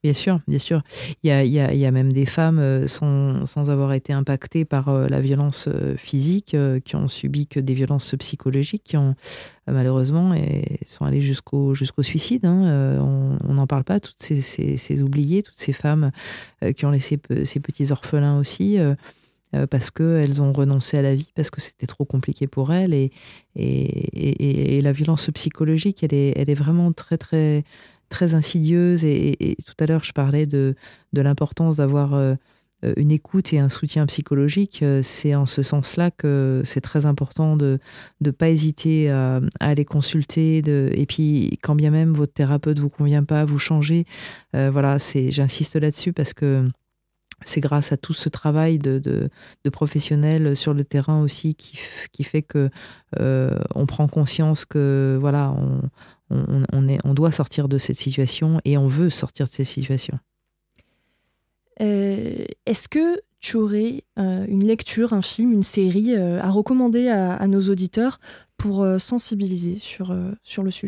Bien sûr, bien sûr. Il y a, il y a, il y a même des femmes euh, sans, sans avoir été impactées par euh, la violence euh, physique, euh, qui ont subi que des violences psychologiques, qui ont euh, malheureusement et sont allées jusqu'au, jusqu'au suicide. Hein. Euh, on n'en parle pas, toutes ces, ces, ces oubliées, toutes ces femmes euh, qui ont laissé pe- ces petits orphelins aussi, euh, euh, parce qu'elles ont renoncé à la vie, parce que c'était trop compliqué pour elles. Et, et, et, et la violence psychologique, elle est, elle est vraiment très, très... très insidieuse et, et, et tout à l'heure je parlais de, de l'importance d'avoir euh, une écoute et un soutien psychologique. C'est en ce sens-là que c'est très important de ne pas hésiter à, à aller consulter de, et puis quand bien même votre thérapeute ne vous convient pas, vous changez. Euh, voilà, c'est, j'insiste là-dessus parce que c'est grâce à tout ce travail de, de, de professionnels sur le terrain aussi qui, qui fait que euh, on prend conscience que voilà, on, on, on, est, on doit sortir de cette situation et on veut sortir de cette situation. Euh, est-ce que tu aurais euh, une lecture, un film, une série euh, à recommander à, à nos auditeurs pour euh, sensibiliser sur, euh, sur le sujet ?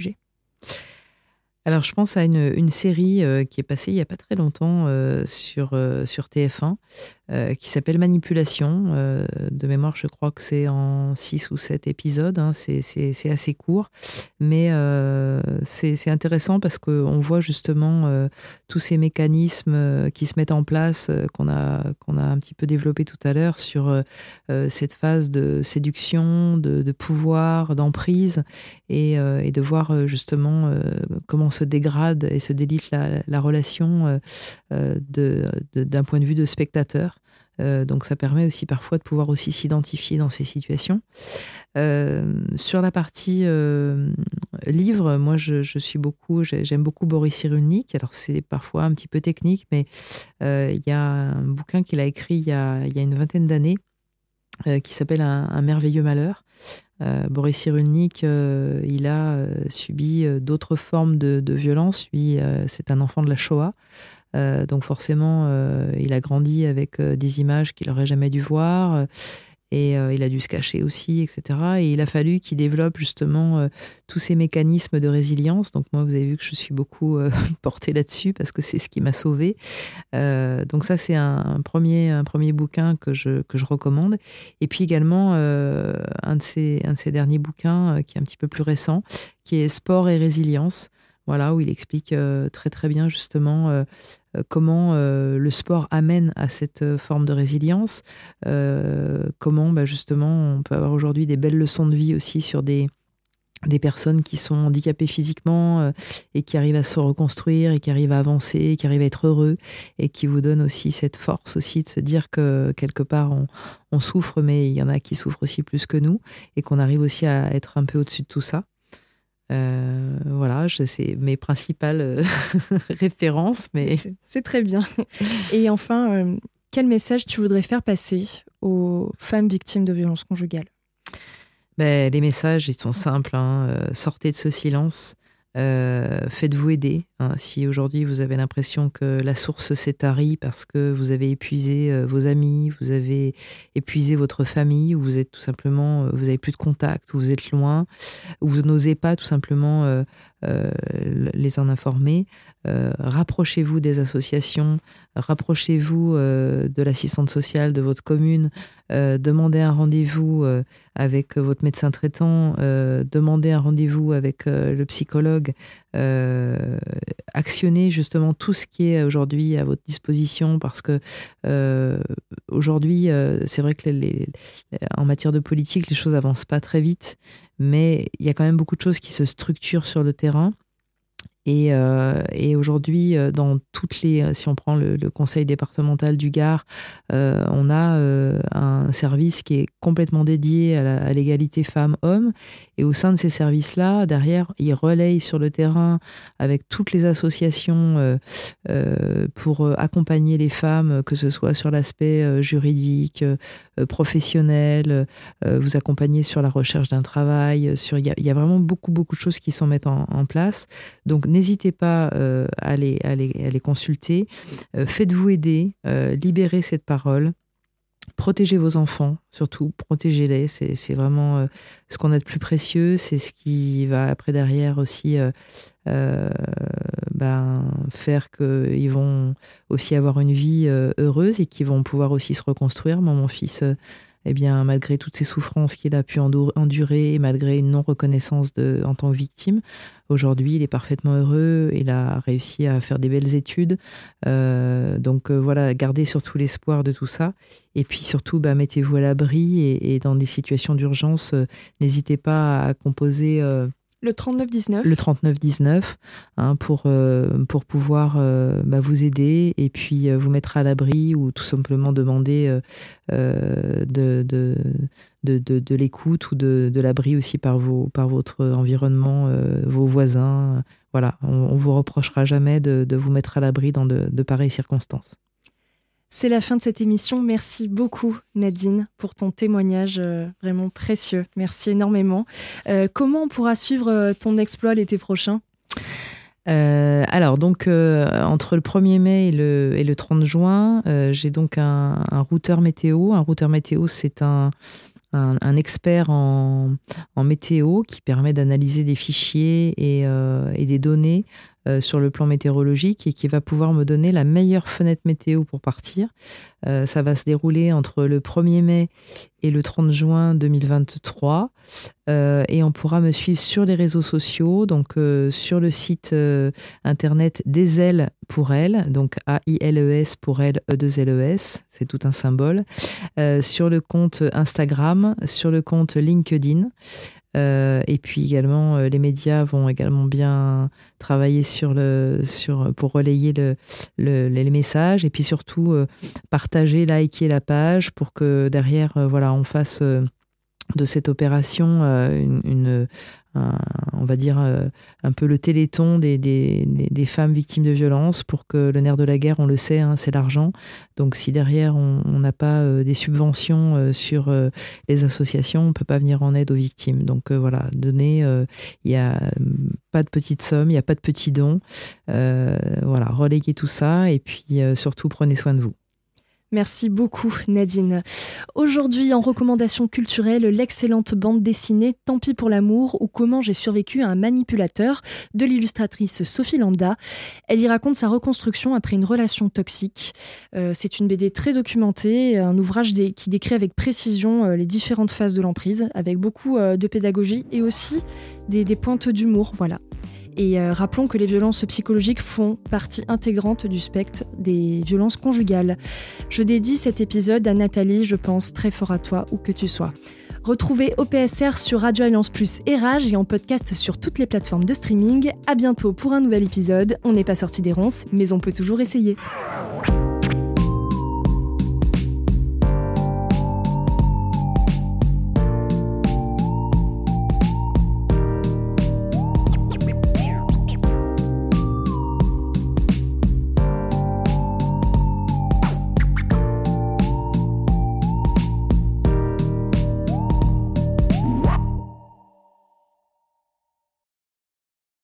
Alors, je pense à une, une série euh, qui est passée il n'y a pas très longtemps euh, sur, euh, sur T F un euh, qui s'appelle Manipulation. Euh, de mémoire, je crois que c'est en six ou sept épisodes. Hein, c'est, c'est, c'est assez court. Mais euh, c'est, c'est intéressant parce qu'on voit justement euh, tous ces mécanismes euh, qui se mettent en place, euh, qu'on a, qu'on a un petit peu développé tout à l'heure sur euh, cette phase de séduction, de, de pouvoir, d'emprise et, euh, et de voir justement euh, comment se dégrade et se délite la, la relation euh, de, de, d'un point de vue de spectateur. Euh, donc ça permet aussi parfois de pouvoir aussi s'identifier dans ces situations. Euh, sur la partie euh, livre, moi je, je suis beaucoup, j'aime beaucoup Boris Cyrulnik. Alors c'est parfois un petit peu technique, mais euh, il y a un bouquin qu'il a écrit il y a, il y a une vingtaine d'années euh, qui s'appelle Un, un merveilleux malheur. Euh, Boris Cyrulnik, euh, il a euh, subi euh, d'autres formes de, de violence. Lui, euh, c'est un enfant de la Shoah. Euh, donc forcément, euh, il a grandi avec euh, des images qu'il n'aurait jamais dû voir. Euh, et euh, il a dû se cacher aussi, et cetera. Et il a fallu qu'il développe justement euh, tous ces mécanismes de résilience. Donc moi, vous avez vu que je suis beaucoup euh, portée là-dessus parce que c'est ce qui m'a sauvée. Euh, donc ça, c'est un, un, premier, un premier bouquin que je, que je recommande. Et puis également, euh, un, de ces, un de ces derniers bouquins euh, qui est un petit peu plus récent, qui est Sport et résilience. Voilà, où il explique euh, très très bien justement euh, comment euh, le sport amène à cette forme de résilience, euh, comment bah, justement on peut avoir aujourd'hui des belles leçons de vie aussi sur des, des personnes qui sont handicapées physiquement euh, et qui arrivent à se reconstruire et qui arrivent à avancer, qui arrivent à être heureux et qui vous donnent aussi cette force aussi de se dire que quelque part on, on souffre, mais il y en a qui souffrent aussi plus que nous et qu'on arrive aussi à être un peu au-dessus de tout ça. Euh, voilà, je, c'est mes principales euh, références. Mais... C'est, c'est très bien. Et enfin, euh, quel message tu voudrais faire passer aux femmes victimes de violences conjugales ? Ben, les messages, ils sont simples. Hein. Euh, sortez de ce silence. Euh, faites-vous aider. Hein. Si aujourd'hui vous avez l'impression que la source s'est tarie parce que vous avez épuisé euh, vos amis, vous avez épuisé votre famille, ou vous êtes tout simplement, euh, vous avez plus de contact, ou vous êtes loin, ou vous n'osez pas tout simplement euh, euh, les en informer, euh, rapprochez-vous des associations, rapprochez-vous euh, de l'assistante sociale de votre commune, euh, demandez un rendez-vous euh, avec votre médecin traitant, euh, demandez un rendez-vous avec euh, le psychologue, euh, actionnez justement tout ce qui est aujourd'hui à votre disposition parce que euh, aujourd'hui, euh, c'est vrai que les, les, en matière de politique, les choses avancent pas très vite, mais il y a quand même beaucoup de choses qui se structurent sur le terrain. Et, euh, et aujourd'hui, dans toutes les, si on prend le, le conseil départemental du Gard, euh, on a euh, un service qui est complètement dédié à, la, à l'égalité femmes-hommes. Et au sein de ces services-là, derrière, ils relayent sur le terrain avec toutes les associations euh, euh, pour accompagner les femmes, que ce soit sur l'aspect euh, juridique, euh, professionnel, euh, vous accompagner sur la recherche d'un travail. Sur, il y a, il y a vraiment beaucoup, beaucoup de choses qui sont mises en, en place. Donc, n'hésitez pas euh, à, les, à, les, à les consulter. Euh, faites-vous aider. Euh, libérez cette parole. protégez vos enfants, surtout, protégez-les. C'est, c'est vraiment euh, ce qu'on a de plus précieux. C'est ce qui va après derrière aussi euh, euh, ben, faire qu'ils vont aussi avoir une vie euh, heureuse et qu'ils vont pouvoir aussi se reconstruire. Moi, mon fils, euh, eh bien, malgré toutes ces souffrances qu'il a pu endurer, malgré une non-reconnaissance de, en tant que victime, aujourd'hui, il est parfaitement heureux. Il a réussi à faire des belles études. Euh, donc euh, voilà, gardez surtout l'espoir de tout ça. Et puis surtout, bah, mettez-vous à l'abri et, et dans des situations d'urgence, euh, n'hésitez pas à composer... Euh, Le trente-neuf dix-neuf. Le trente-neuf dix-neuf, hein, pour, euh, pour pouvoir euh, bah, vous aider et puis euh, vous mettre à l'abri ou tout simplement demander euh, euh, de, de, de, de, de l'écoute ou de, de l'abri aussi par, vos, par votre environnement, euh, vos voisins. Voilà, on ne vous reprochera jamais de, de vous mettre à l'abri dans de, de pareilles circonstances. C'est la fin de cette émission. Merci beaucoup, Nadine, pour ton témoignage euh, vraiment précieux. Merci énormément. Euh, comment on pourra suivre euh, ton exploit l'été prochain ? Euh, alors, donc, euh, entre le premier mai et le, et le trente juin, euh, j'ai donc un, un routeur météo. Un routeur météo, c'est un, un, un expert en, en météo qui permet d'analyser des fichiers et, euh, et des données Euh, sur le plan météorologique et qui va pouvoir me donner la meilleure fenêtre météo pour partir. Euh, ça va se dérouler entre le premier mai et le trente juin deux mille vingt-trois euh, et on pourra me suivre sur les réseaux sociaux, donc euh, sur le site euh, internet des ailes pour elle, donc A I L E S pour elle, E deux L E S, c'est tout un symbole, euh, sur le compte Instagram, sur le compte LinkedIn. Euh, et puis également, euh, les médias vont également bien travailler sur le, sur, pour relayer le, le, les messages et puis surtout euh, partager, liker la page pour que derrière, euh, voilà, on fasse euh, de cette opération euh, une, une un, on va dire euh, un peu le téléthon des, des, des femmes victimes de violences pour que le nerf de la guerre, on le sait, hein, c'est l'argent. Donc si derrière on n'a pas euh, des subventions euh, sur euh, les associations, on ne peut pas venir en aide aux victimes. Donc euh, voilà, donner, il euh, n'y a pas de petites sommes, il n'y a pas de petits dons. Euh, voilà, relayez tout ça et puis euh, surtout prenez soin de vous. Merci beaucoup, Nadine. Aujourd'hui, en recommandation culturelle, l'excellente bande dessinée Tant pis pour l'amour ou Comment j'ai survécu à un manipulateur de l'illustratrice Sophie Lambda. Elle y raconte sa reconstruction après une relation toxique. Euh, c'est une B D très documentée, un ouvrage des, qui décrit avec précision euh, les différentes phases de l'emprise, avec beaucoup euh, de pédagogie et aussi des, des pointes d'humour. Voilà. Et euh, rappelons que les violences psychologiques font partie intégrante du spectre des violences conjugales. Je dédie cet épisode à Nathalie, je pense très fort à toi, où que tu sois. Retrouvez O P S R sur Radio Alliance Plus et Rage et en podcast sur toutes les plateformes de streaming. À bientôt pour un nouvel épisode. On n'est pas sorti des ronces, mais on peut toujours essayer.